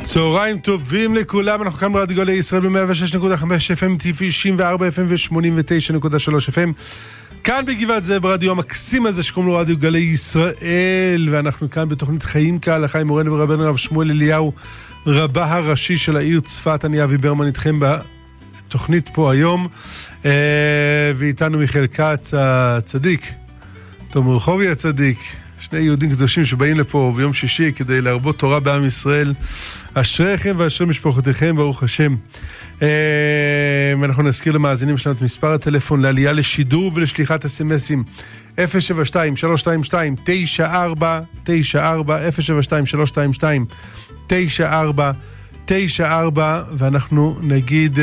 צהריים טובים לכולם, אנחנו כאן ברדיו גלי ישראל ב-106.5 FM, 94 FM ו-89.3 FM, כאן בגבעת זאב, ברדיו המקסים הזה שקוראים לו רדיו גלי ישראל, ואנחנו כאן בתוכנית חיים כהלכה עם מורנו ורבנו הרב שמואל אליהו, רבה הראשי של העיר צפת. אני אבי ברמן איתכם בתוכנית פה היום, ואיתנו מיכאל כץ הצדיק, תומר רחובי הצדיק, שני יהודים קדושים שבאים לפה ביום שישי כדי להרבות תורה בעם ישראל. אשריכם ואשרי משפחותיכם, ברוך השם. ואנחנו נזכיר למאזינים שלנו את מספר הטלפון לעלייה לשידור ולשליחת אס-אמסים 072-322-9494, 072-322-9494, ואנחנו נגיד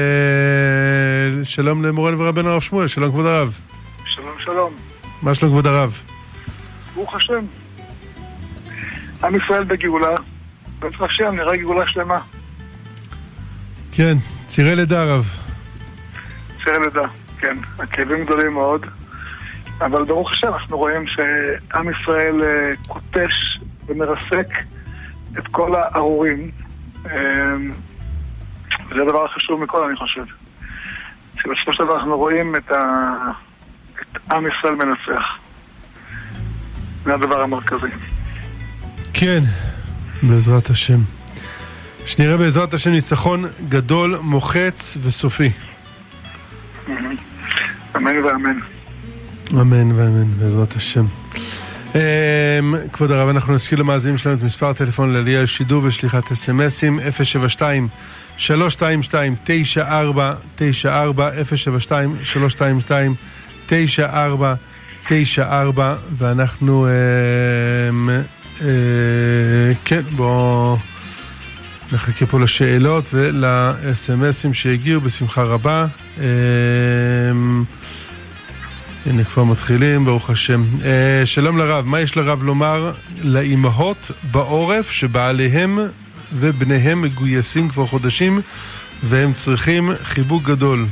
שלום למורנו ורבנו הרב שמואל. שלום כבוד הרב. שלום שלום. מה שלום כבוד הרב? ברוך השם. עם ישראל בגאולה, בעזרת השם נראה גאולה שלמה. כן, צירי לידה רב. צירי לידה, כן. הכאבים גדולים מאוד, אבל ברוך השם אנחנו רואים שעם ישראל קוטש ומרסק את כל הארורים. זה הדבר החשוב מכל, אני חושב. שבסופו של דבר אנחנו רואים את עם ישראל מנצח. זה הדבר המרכזי. כן, בעזרת השם. שנראה בעזרת השם ניצחון גדול, מוחץ וסופי. אמן ואמן. אמן ואמן, בעזרת השם. כבוד הרב, אנחנו נזכיר למאזינים שלנו את מספר הטלפון לעלייה לשידור ושליחת אס-אמסים 072-322-9494, 072-322-9494, ואנחנו כן, בואו נחכה פה לשאלות ולאס-אמסים שהגיעו בשמחה רבה. הנה כבר מתחילים, ברוך השם. שלום לרב, מה יש לרב לומר לאימהות בעורף שבעליהם ובניהם מגויסים כבר חודשים והם צריכים חיבוק גדול?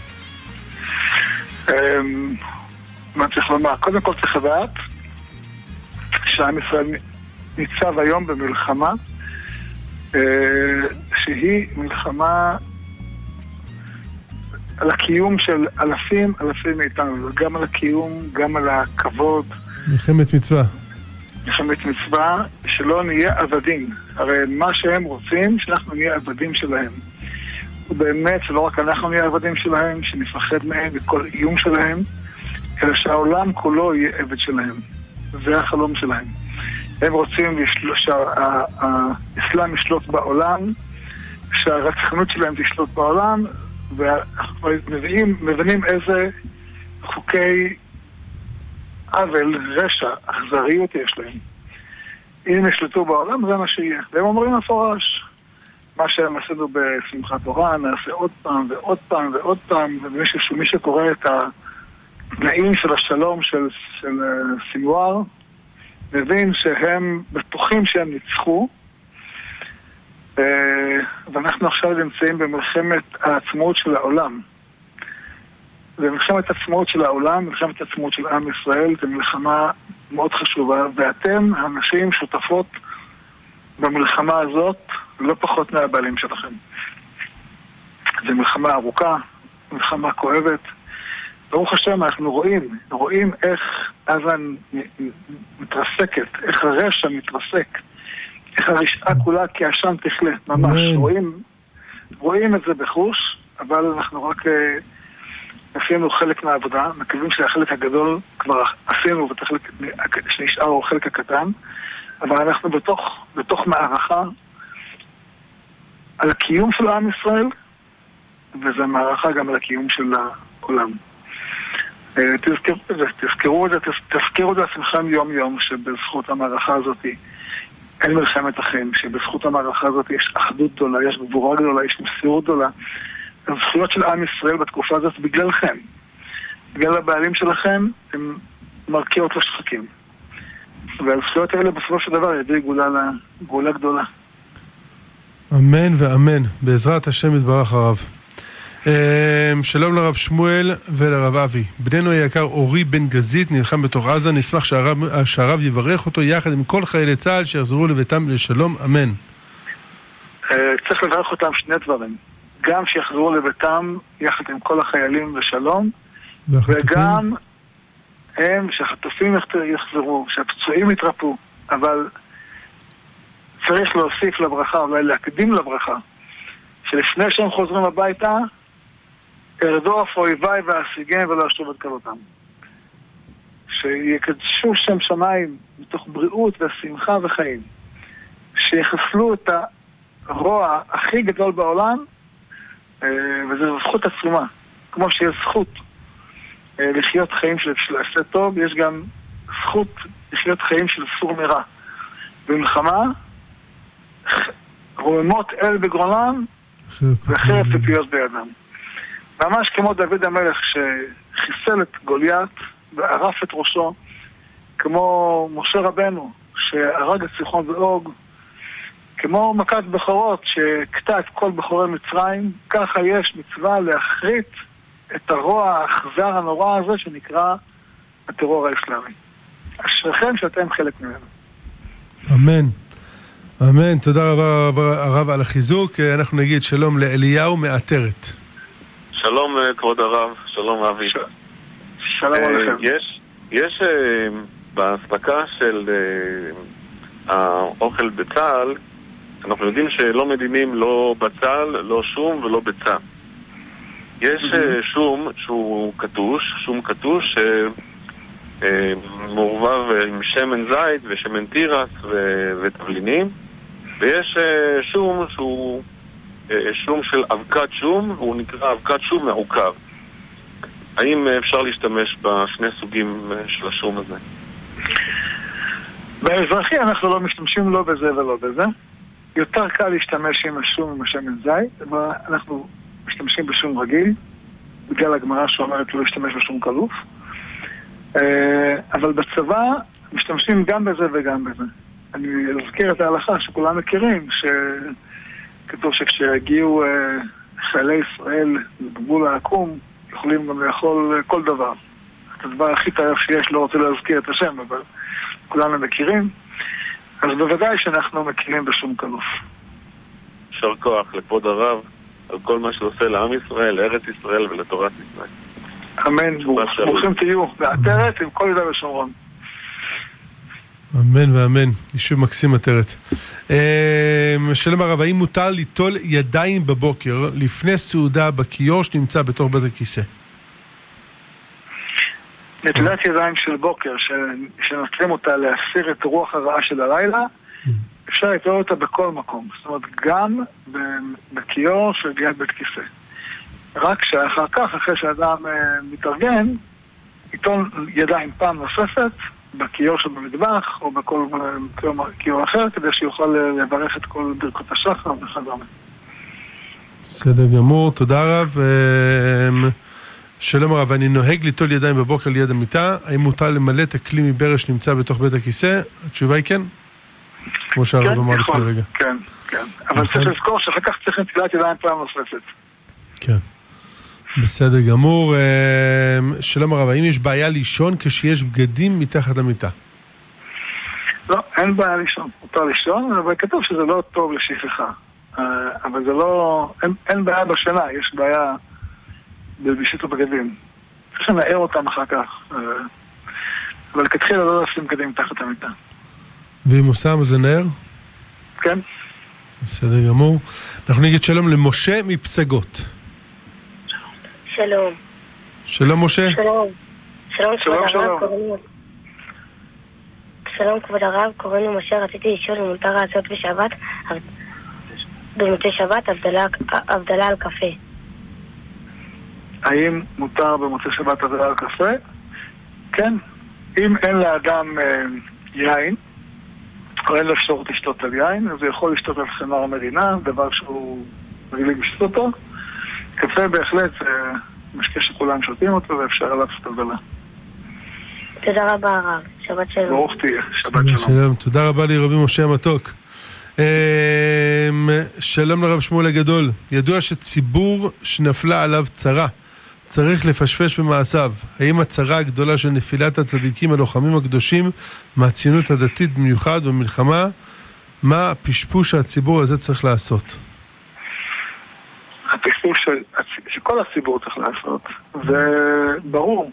מה צריך לומר? קודם כל צריך לדעת שעם ישראל ניצב היום במלחמה שהיא מלחמה על הקיום של אלפים מאיתנו, גם על הקיום, גם על הכבוד. מלחמת מצווה. מלחמת מצווה, שלא נהיה עבדים. הרי מה שהם רוצים, שאנחנו נהיה עבדים שלהם. ובאמת, שלא רק אנחנו נהיה עבדים שלהם, שנפחד מהם וכל איום שלהם, אלא שהעולם כולו יהיה עבד שלהם. זה החלום שלהם. הם רוצים שהאסלאם ישלוט בעולם, שהרצחנות שלהם תשלוט בעולם, ואנחנו מבינים איזה חוקי עוול, רשע, אכזריות יש להם. אם ישלטו בעולם, זה מה שיהיה. והם אומרים מפורש, מה שהם עשינו בשמחת תורה, נעשה עוד פעם ועוד פעם ועוד פעם, ומי שקורא את התנאים של השלום של סינואר, מבין שהם בטוחים שהם ניצחו, ואנחנו עכשיו נמצאים במלחמת העצמאות של העולם. במלחמת העצמאות של העולם, מלחמת העצמאות של עם ישראל, זו מלחמה מאוד חשובה, ואתם, הנשים, שותפות במלחמה הזאת, לא פחות מהבעלים שלכם. זו מלחמה ארוכה, מלחמה כואבת. ברוך השם, אנחנו רואים איך עזה מתרסקת, איך הרשע מתרסק, איך הרשעה כולה כעשן תכלה, ממש. רואים את זה בחוש, אבל אנחנו רק עשינו חלק מהעבודה, מקווים שהחלק הגדול כבר עשינו, וחלק שנשאר הוא חלק הקטן, אבל אנחנו בתוך מערכה על הקיום של עם ישראל, וזו מערכה גם על הקיום של העולם. תזכרו את זה עצמכם יום יום, שבזכות המערכה הזאת אין מלחמת אחים, שבזכות המערכה הזאת יש אחדות גדולה, יש גבורה גדולה, יש מסירות גדולה. הזכויות של עם ישראל בתקופה הזאת בגללכם, בגלל הבעלים שלכם, הם מרקיעות לשחקים. והזכויות האלה בסופו של דבר יביא גאולה גדולה. אמן ואמן, בעזרת השם יתברך הרב. שלום לרב שמואל ולרב אבי. בננו היקר אורי בן גזית נלחם בתוך עזה, נשמח שהרב יברך אותו יחד עם כל חיילי צה"ל שיחזרו לביתם לשלום, אמן. צריך לברך אותם שני דברים. גם שיחזרו לביתם יחד עם כל החיילים בשלום, וגם הם, שהחטופים יחזרו, שהפצועים יתרפו, אבל צריך להוסיף לברכה, אולי להקדים לברכה, שלפני שהם חוזרים הביתה, ירדוף אויביי ואשיגיהם ולא ישוב את קלותם. שיקדשו שם שמיים מתוך בריאות ושמחה וחיים. שיחסלו את הרוע הכי גדול בעולם, וזו זכות עצומה. כמו שיש זכות לחיות חיים של עשה טוב, יש גם זכות לחיות חיים של סור מרע. במלחמה, רוממות אל בגרונם וחרב פיפיות בידם. ממש כמו דוד המלך שחיסל את גוליית וערף את ראשו, כמו משה רבנו שהרג את סיחון ואוג, כמו מכת בכורות שקטע את כל בכורי מצרים, ככה יש מצווה להחריט את הרוע האכזר הנורא הזה שנקרא הטרור האסלאמי. אשריכם שאתם חלק ממנו. אמן. אמן. תודה רבה הרב על החיזוק. אנחנו נגיד שלום לאליהו מעטרת. שלום כבוד הרב, שלום אבי. שלום עליכם. יש בהספקה של האוכל בצה"ל, אנחנו יודעים שלא מדינים לא בצל, לא שום ולא ביצה. יש שום שהוא קטוש, שום קטוש שמעורבב עם שמן זית ושמן תירס ותבלינים, ויש שום שהוא שום של אבקת שום, הוא נקרא אבקת שום מעוקב. האם אפשר להשתמש בשני סוגים של השום הזה? באזרחי אנחנו לא משתמשים לא בזה ולא בזה. יותר קל להשתמש עם השום עם השמן זית, אבל אנחנו משתמשים בשום רגיל, בגלל הגמרא שאומרת לא להשתמש בשום קלוף. אבל בצבא משתמשים גם בזה וגם בזה. אני אזכיר את ההלכה שכולם מכירים, שכתוב שכשיגיעו חיילי ישראל בגבול העקום, יכולים גם לאכול כל דבר. את הדבר הכי טרף שיש, לא רוצה להזכיר את השם, אבל כולנו מכירים. אז בוודאי שאנחנו מכירים בשום קלוף. יישר כוח לכבוד הרב על כל מה שעושה לעם ישראל, לארץ ישראל ולתורת ישראל. אמן. ברוכים תהיו בעטרת עם כל יהודה ושומרון. אמן ואמן. יישוב מקסים עטרת. שלום הרב, האם מותר ליטול ידיים בבוקר לפני סעודה בכיור שנמצא בתוך בית הכיסא? נטילת ידיים של בוקר שנוצרים אותה להסיר את רוח הרעה של הלילה, אפשר ליטול אותה בכל מקום. זאת אומרת, גם בכיור של ליד בית כיסא. רק שאחר כך, אחרי שאדם מתארגן, ייטול ידיים פעם נוספת בכיור שבמטבח או בכל כיור אחר, כדי שיוכל לברך את כל ברכות השחר וכדומה. בסדר גמור, תודה רב. שלום הרב, אני נוהג ליטול ידיים בבוקר ליד המיטה, האם מותר למלא את הכלי מברש שנמצא בתוך בית הכיסא? התשובה היא כן? כמו שהרב אמר לפני רגע. כן, כן. אבל צריך לזכור שאחר כך צריך נטילת ידיים פעם נוספת. כן. בסדר גמור. שלום הרב, האם יש בעיה לישון כשיש בגדים מתחת למיטה? לא, אין בעיה לישון. מותר לישון, אבל כתוב שזה לא טוב לשכחה. אבל זה לא... אין בעיה בשינה, יש בעיה בלבישות הבגדים. צריך לנער אותם אחר כך. אבל כתחילה לא לשים בגדים מתחת למיטה. ואם הוא שם, אז לנער? כן. בסדר גמור. אנחנו נגיד שלום למשה מפסגות. שלום. שלום משה. שלום. שלום כבוד הרב. שלום כבוד הרב, קוראים לי משה, רציתי לשאול אם מותר לעשות בשבת, במוצאי שבת, הבדלה על קפה. האם מותר במוצאי שבת הבדלה על קפה? כן. אם אין לאדם יין, או אין לו אפשרות לשתות על יין, אז הוא יכול לשתות על חמר המדינה, דבר שהוא רגיל לשתות אותו. קפה בהחלט משקה שכולם שותים אותו, ואפשר עליו לעשות הבדלה. תודה רבה הרב, שבת שלום. ברוך תהיה, שבת שלום. תודה רבה לי רבי משה המתוק. שלום לרב שמואל הגדול. ידוע שציבור שנפלה עליו צרה צריך לפשפש במעשיו. האם הצרה הגדולה של נפילת הצדיקים הלוחמים הקדושים מהציונות הדתית במיוחד במלחמה מה הפשפוש שהציבור הזה צריך לעשות? הפשפוש שכל הציבור צריך לעשות, זה ברור.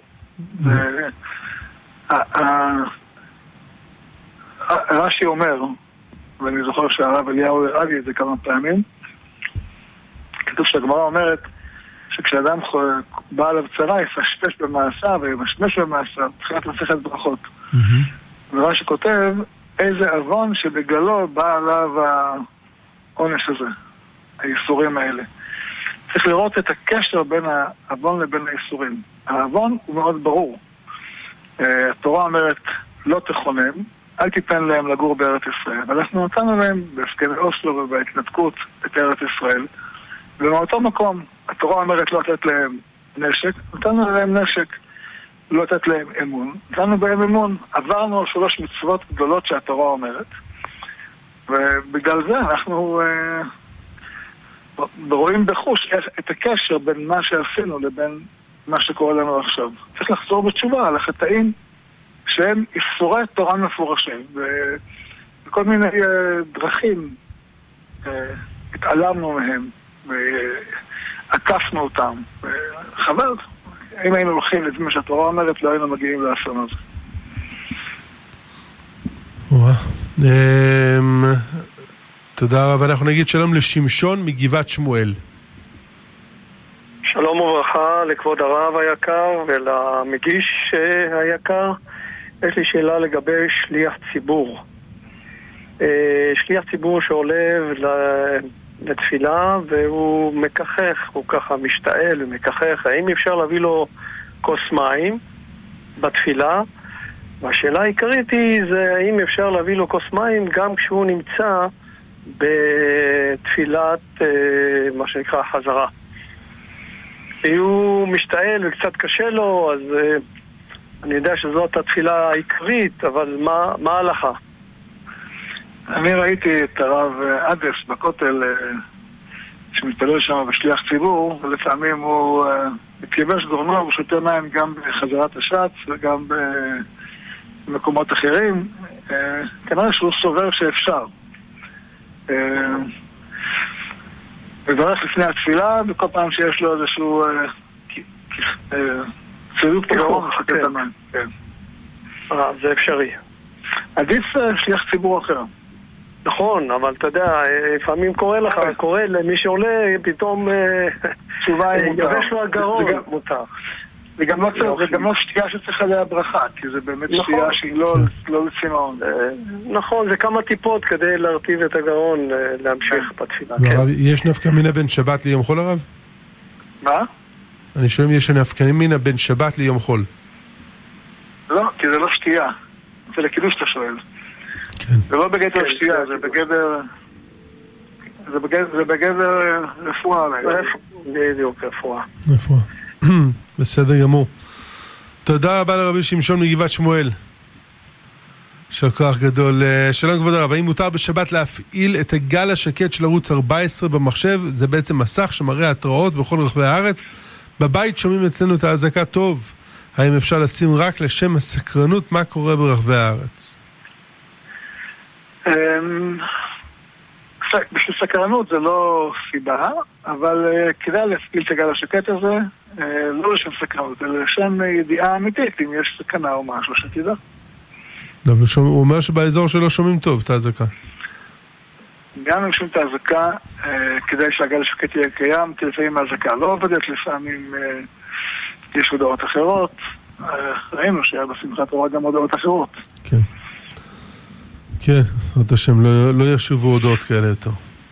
רש"י אומר, ואני זוכר שהרב אליהו הראה לי את זה כמה פעמים, כתוב שהגמרא אומרת שכשאדם בא עליו צרה, יפשפש במעשיו וימשמש במעשיו, תחילת מסכת ברכות. ורש"י כותב, איזה אבון שבגללו בא עליו העונש הזה, האיסורים האלה. צריך לראות את הקשר בין האבון לבין האיסורים. האבון הוא מאוד ברור. התורה אומרת, לא תכונן, אל תיתן להם לגור בארץ ישראל. ואנחנו נתנו להם בהסכמי אוסלו ובהתנתקות את ארץ ישראל. ומאותו מקום, התורה אומרת לא לתת להם נשק, נתנו להם נשק, לא לתת להם אמון. נתנו בהם אמון, עברנו 3 מצוות גדולות שהתורה אומרת. ובגלל זה אנחנו רואים בחוש את הקשר בין מה שעשינו לבין מה שקורה לנו עכשיו. צריך לחזור בתשובה על החטאים שהם איסורי תורה מפורשים, וכל מיני דרכים התעלמנו מהם ועקפנו אותם. חבל, אם היינו הולכים לפי מה שהתורה אומרת, לא היינו מגיעים לאסון הזה. תודה רבה. אנחנו נגיד שלום לשמשון מגבעת שמואל. שלום וברכה לכבוד הרב היקר ולמגיש היקר. יש לי שאלה לגבי שליח ציבור. שליח ציבור שעולה לתפילה והוא מקחך, הוא ככה משתעל ומקחך. האם אפשר להביא לו כוס מים בתפילה? והשאלה העיקרית היא האם אפשר להביא לו כוס מים גם כשהוא נמצא בתפילת מה שנקרא חזרה. הוא משתעל וקצת קשה לו, אז אני יודע שזאת התפילה העיקרית, אבל מה ההלכה? אני ראיתי את הרב אדס בכותל שמתפלל שם בשליח ציבור, ולפעמים הוא מתייבש גורנו ושותה מים גם בחזרת השץ וגם במקומות אחרים. כנראה שהוא סובר שאפשר. מברך לפני התפילה, וכל פעם שיש לו איזשהו צירוף פגרון וחכה את המים. זה אפשרי. עדיף שליח ציבור אחר. נכון, אבל אתה יודע, לפעמים קורה למי שעולה, פתאום יבש לו הגרון. מותר. זה גם לא שתייה שצריך עליה ברכה, כי זה באמת שתייה שהיא לא לצמאון. נכון, זה כמה טיפות כדי להרטיב את הגרון להמשיך בתפילה. יש נפקא מינה בין שבת ליום חול הרב? מה? אני שואל אם יש נפקא מינה בין שבת ליום חול. לא, כי זה לא שתייה. זה לקידוש שאתה שואל. זה לא בגדר שתייה, זה בגדר רפואה. בדיוק, רפואה. בסדר גמור. תודה רבה לרבי שמשון מגבעת שמואל. של כוח גדול. שלום כבוד הרב, האם מותר בשבת להפעיל את הגל השקט של ערוץ 14 במחשב? זה בעצם מסך שמראה התראות בכל רחבי הארץ. בבית שומעים אצלנו את ההזקה טוב. האם אפשר לשים רק לשם הסקרנות מה קורה ברחבי הארץ? בשביל סקרנות זה לא סיבה, אבל כדאי להפעיל את הגל השקט הזה, לא לשם סקרנות, אלא לשם ידיעה אמיתית, אם יש סכנה או משהו שתדע. הוא אומר שבאזור שלו שומעים טוב את ההזקה. גם אם שומעים את ההזקה, כדאי שהגל השקט יהיה קיים, כי לפעמים ההזקה לא עובדת, לפעמים יש הודעות אחרות. ראינו שהיה בשמחת תורה גם הודעות אחרות. כן. כן, זאת השם, לא ישובו הודעות כאלה יותר.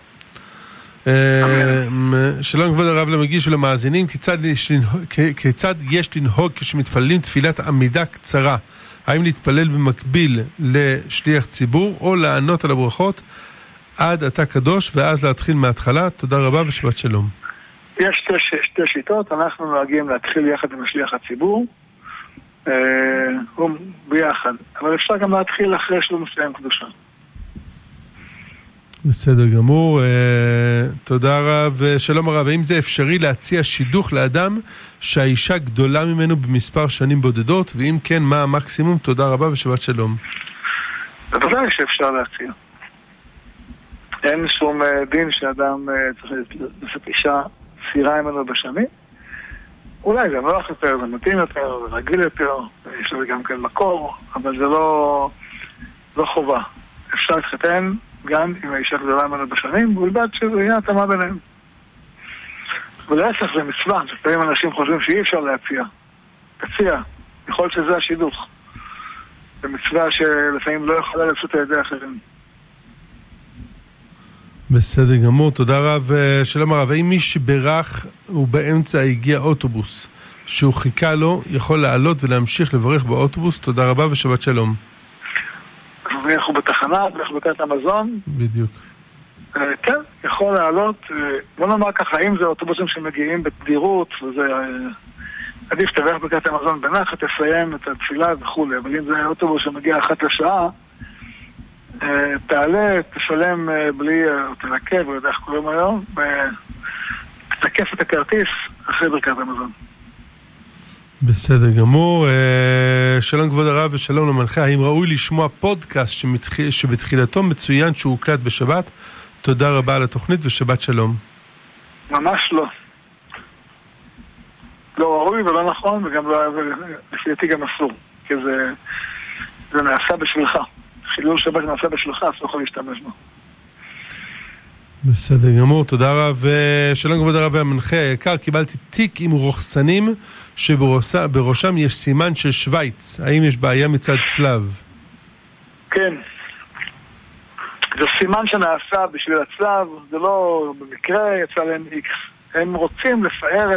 שלום כבוד הרב למגיש ולמאזינים, כיצד יש לנהוג כשמתפללים תפילת עמידה קצרה? האם להתפלל במקביל לשליח ציבור או לענות על הברכות עד אתה קדוש ואז להתחיל מההתחלה? תודה רבה ושבת שלום. יש שתי שיטות, אנחנו נוהגים להתחיל יחד עם השליח הציבור ביחד, אבל אפשר גם להתחיל אחרי שהוא מסיים קדושה. בסדר גמור, תודה רב. שלום הרב, האם זה אפשרי להציע שידוך לאדם שהאישה גדולה ממנו במספר שנים בודדות, ואם כן מה המקסימום? תודה רבה ושבת שלום. בוודאי שאפשר להציע. אין שום דין שאדם צריך לשאת אישה צעירה ממנו בשנים. אולי זה נוח יותר, זה מתאים יותר, זה רגיל יותר, יש לזה גם כן מקור, אבל זה לא חובה. אפשר להתחתן גם עם האישה גדולה ממנו בשנים, ובלבד שזה יהיה התאמה ביניהם. ולהפך זה מצווה, לפעמים אנשים חושבים שאי אפשר להציע. תציע, יכול להיות שזה השידוך. זה מצווה שלפעמים לא יכולה לעשות על ידי אחרים. בסדר גמור, תודה רב. שלום הרב, האם מי שברח ובאמצע הגיע אוטובוס שהוא חיכה לו, יכול לעלות ולהמשיך לברך באוטובוס? תודה רבה ושבת שלום. אנחנו בתחנה, אנחנו בקרת המזון. בדיוק. כן, יכול לעלות. בוא נאמר ככה, אם זה אוטובוסים שמגיעים בתדירות, וזה עדיף תברך בקרת המזון בנחת, תסיים את התפילה וכו'. אבל אם זה אוטובוס שמגיע אחת לשעה, תעלה, תשלם בלי, תנקב, או יודע איך קוראים היום, תקף את הכרטיס אחרי ברכת המזון. בסדר גמור. שלום כבוד הרב ושלום למנחה. האם ראוי לשמוע פודקאסט שבתחילתו מצוין שהוא הוקלט בשבת? תודה רבה על התוכנית ושבת שלום. ממש לא. לא ראוי ולא נכון, וגם לא, לפייתי גם אסור, כי זה נעשה בשבילך. חילול שבת נעשה בשבילך, אז לא יכול להשתמש בו. בסדר גמור, תודה רב. שלום כבוד הרב והמנחה היקר, קיבלתי תיק עם רוחסנים שבראשם יש סימן של שוויץ. האם יש בעיה מצד צלב? כן. זה סימן שנעשה בשביל הצלב, זה לא במקרה יצא להם איקס. הם רוצים לפאר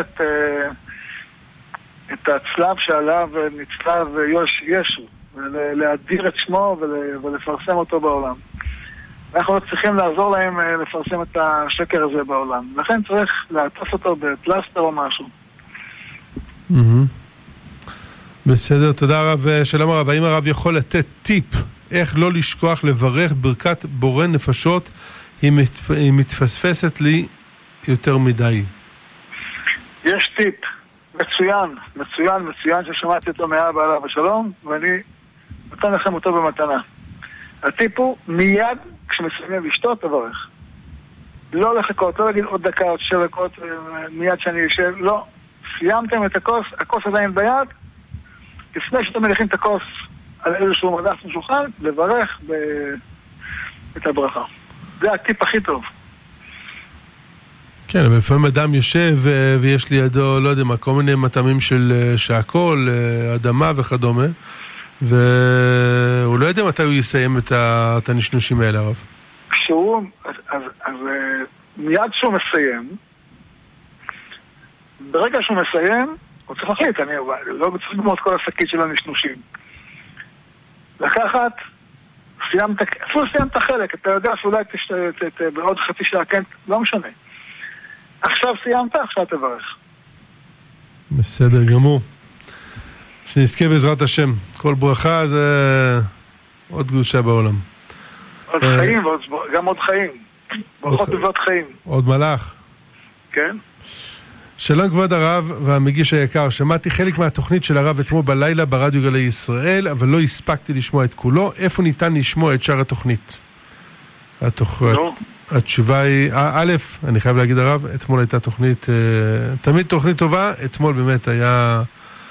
את הצלב שעליו נצלב ישו, ולהדיר את שמו ולפרסם אותו בעולם. אנחנו צריכים לעזור להם לפרסם את השקר הזה בעולם. לכן צריך לעטוף אותו בפלסטר או משהו. בסדר, תודה רב. שלום הרב, האם הרב יכול לתת טיפ איך לא לשכוח לברך ברכת בורא נפשות היא מתפספסת לי יותר מדי? יש טיפ מצוין ששמעתי אותו מאבא עליו השלום, ואני נותן לכם אותו במתנה. הטיפ הוא מיד כשמסיימים לשתות תברך. לא לחכות, לא להגיד עוד דקה, עוד 7 דקות, מיד שאני יושב, לא. סיימתם את הכוס עדיין ביד, לפני שאתם מניחים את הכוס על איזשהו מדף משולחן, לברך את הברכה. זה הטיפ הכי טוב. כן, אבל לפעמים אדם יושב ויש לידו, לא יודע מה, כל מיני מטעמים של שעקול, אדמה וכדומה, והוא לא יודע מתי הוא יסיים את הנשנושים האלה, הרב. אז מיד שהוא מסיים, ברגע שהוא מסיים, הוא צריך להחליט, אני לא צריך לגמור את כל השקית של הנשנושים. לקחת, אפילו סיימת חלק, אתה יודע שאולי בעוד חצי שעה, כן, לא משנה. עכשיו סיימת, עכשיו תברך. בסדר גמור. שנזכה בעזרת השם. כל ברכה זה עוד קדושה בעולם. עוד חיים, גם עוד חיים. ברכות טובות חיים. עוד מלאך. כן. שלום כבוד הרב והמגיש היקר, שמעתי חלק מהתוכנית של הרב אתמול בלילה ברדיו גלי ישראל, אבל לא הספקתי לשמוע את כולו. איפה ניתן לשמוע את שאר התוכנית? התשובה היא, א', אני חייב להגיד הרב, אתמול הייתה תוכנית, תמיד תוכנית טובה, אתמול באמת היה,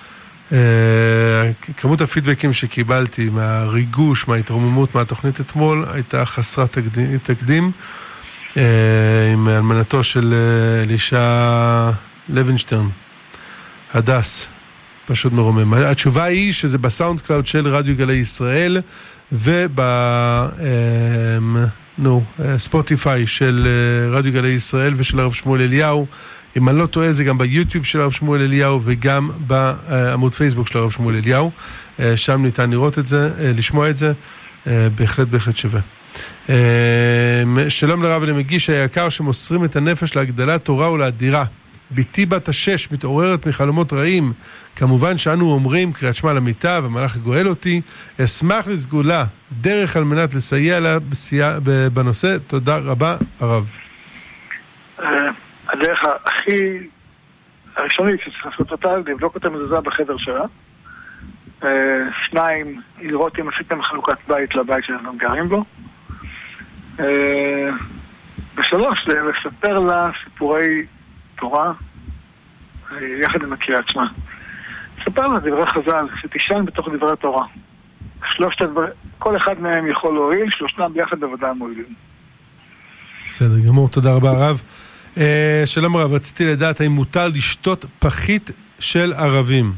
כמות הפידבקים שקיבלתי מהריגוש, מההתרוממות מהתוכנית אתמול, הייתה חסרת תקדים, עם אלמנתו של אלישע לוינשטרן, הדס, פשוט מרומם. התשובה היא שזה בסאונד קלאוד של רדיו גלי ישראל, ספוטיפיי של רדיו גלי ישראל ושל הרב שמואל אליהו. אם אני לא טועה זה גם ביוטיוב של הרב שמואל אליהו וגם בעמוד פייסבוק של הרב שמואל אליהו. שם ניתן לראות את זה, לשמוע את זה, בהחלט שווה. שלום לרב ולמגיש היקר שמוסרים את הנפש להגדלת תורה ולהדירה. ביתי בת 6 מתעוררת מחלומות רעים. כמובן שאנו אומרים קריאת שמע למיטה והמלאך גואל אותי. אשמח לסגולה דרך על מנת לסייע לה בנושא. תודה רבה הרב. הדרך הכי הראשונית שצריך לעשות אותה, לבדוק אותה מזוזה בחדר שלה. 2, לראות אם עשיתם חלוקת בית לבית שאנחנו גרים בו. ושלוש, זה לספר לה סיפורי תורה יחד עם הקריאת שמע. ספר לה דברי חז"ל, שתישן בתוך דברי תורה. שלושת הדברים, כל אחד מהם יכול להועיל, שלושתם ביחד בוודאי מועילים. בסדר גמור, תודה רבה הרב. שלום הרב, רציתי לדעת האם מותר לשתות פחית של ערבים.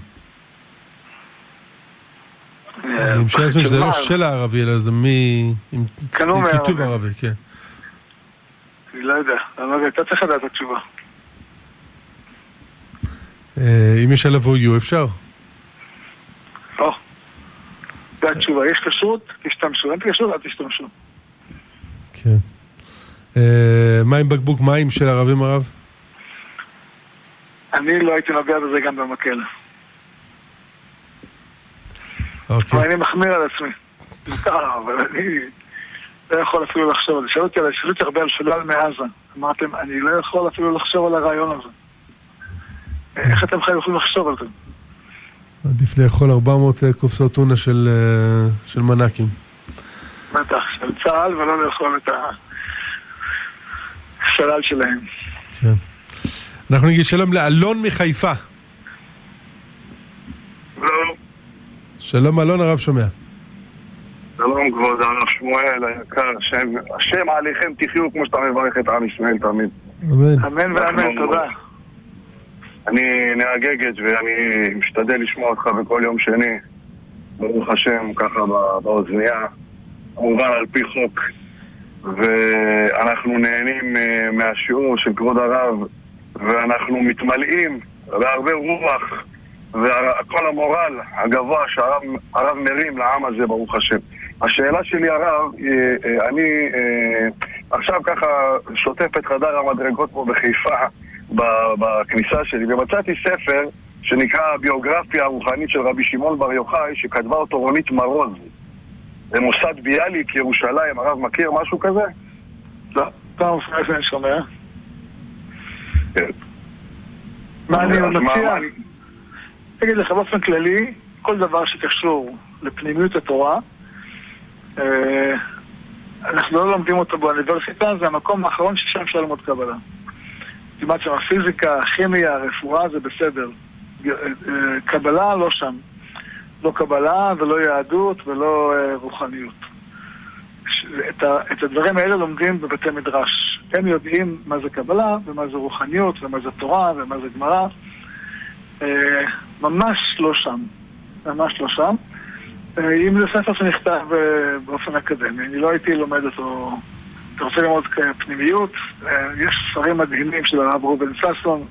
אני משער לעצמי שזה לא של הערבי, אלא זה כיתוב ערבי, כן. אני לא יודע, אתה צריך לדעת את התשובה. אם יש עליו OU אפשר? לא. זה התשובה, יש כשרות, תשתמשו, אין כשרות, אל תשתמשו. כן. מה עם בקבוק מים של ערבים הרב? אני לא הייתי נוגע בזה גם במקל. אוקיי. אבל אני מחמיר על עצמי. אבל אני לא יכול אפילו לחשוב על זה. שאלו אותי הרבה על שלל מעזה. אמרתם, אני לא יכול אפילו לחשוב על הרעיון הזה. איך אתם יכולים לחשוב על זה? עדיף לאכול 400 קופסאות טונה של מנקים. בטח, של צהל ולא לאכול את השלל שלהם. כן. אנחנו נגיד שלום לאלון מחיפה. שלום. שלום אלון, הרב שומע. שלום כבוד הרב שמואל היקר, השם עליכם תחיו כמו שאתה מברך את עם ישראל תמיד. אמן. אמן ואמן, תודה. אני נהגגת ואני משתדל לשמוע אותך בכל יום שני, ברוך השם, ככה באוזנייה, כמובן על פי חוק, ואנחנו נהנים מהשיעור של כבוד הרב, ואנחנו מתמלאים בהרבה רוח, וכל המורל הגבוה שהרב מרים לעם הזה, ברוך השם. השאלה שלי הרב, אני עכשיו ככה שוטף את חדר המדרגות פה בחיפה, בכניסה שלי, ומצאתי ספר שנקרא הביוגרפיה הרוחנית של רבי שמעון בר יוחאי, שכתבה אותו רונית מרוז. זה מוסד ביאליק, ירושלים, הרב מכיר משהו כזה? לא, פעם לפני שאני שומע. כן. מה אני מציע? תגיד לך, באופן כללי, כל דבר שקשור לפנימיות התורה, אנחנו לא לומדים אותו באוניברסיטה, זה המקום האחרון ששם אפשר ללמוד קבלה. כמעט שם הפיזיקה, הכימיה, הרפואה, זה בסדר. קבלה לא שם. לא קבלה ולא יהדות ולא רוחניות. את הדברים האלה לומדים בבתי מדרש. הם יודעים מה זה קבלה ומה זה רוחניות ומה זה תורה ומה זה גמרא. ממש לא שם. ממש לא שם. אם זה ספר שנכתב באופן אקדמי, אני לא הייתי לומד אותו. אתה רוצה ללמוד פנימיות, יש ספרים מדהימים של הרב רובן ששון,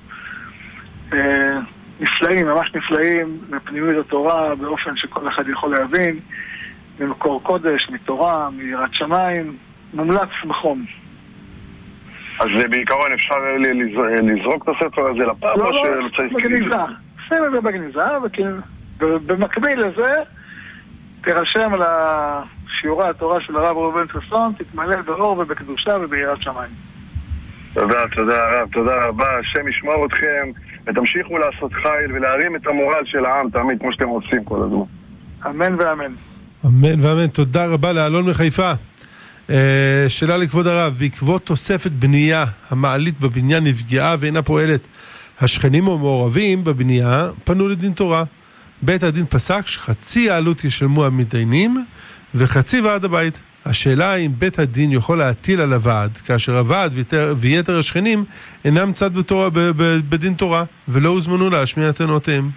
נפלאים, ממש נפלאים, בפנימיות התורה, באופן שכל אחד יכול להבין, ממקור קודש, מתורה, מיראת שמיים, מומלץ בחום. אז בעיקרון אפשר לזרוק את הספר הזה לפעם? לא, בגניזה. שים את זה בגניזה, ובמקביל לזה, תירשם על שיעורי התורה של הרב ראובן ששון, תתמלא באור ובקדושה וביראת שמיים. תודה, תודה הרב, תודה רבה, השם ישמור אתכם, ותמשיכו לעשות חיל ולהרים את המורל של העם תמיד, כמו שאתם עושים כל הזמן. אמן ואמן. אמן ואמן, תודה רבה לאלון מחיפה. שאלה לכבוד הרב, בעקבות תוספת בנייה, המעלית בבניין נפגעה ואינה פועלת. השכנים המעורבים בבנייה פנו לדין תורה. בית הדין פסק שחצי העלות ישלמו המתדיינים וחצי ועד הבית. השאלה אם בית הדין יכול להטיל על הוועד, כאשר הוועד ויתר השכנים אינם צד בדין תורה ולא הוזמנו להשמיע טענותיהם.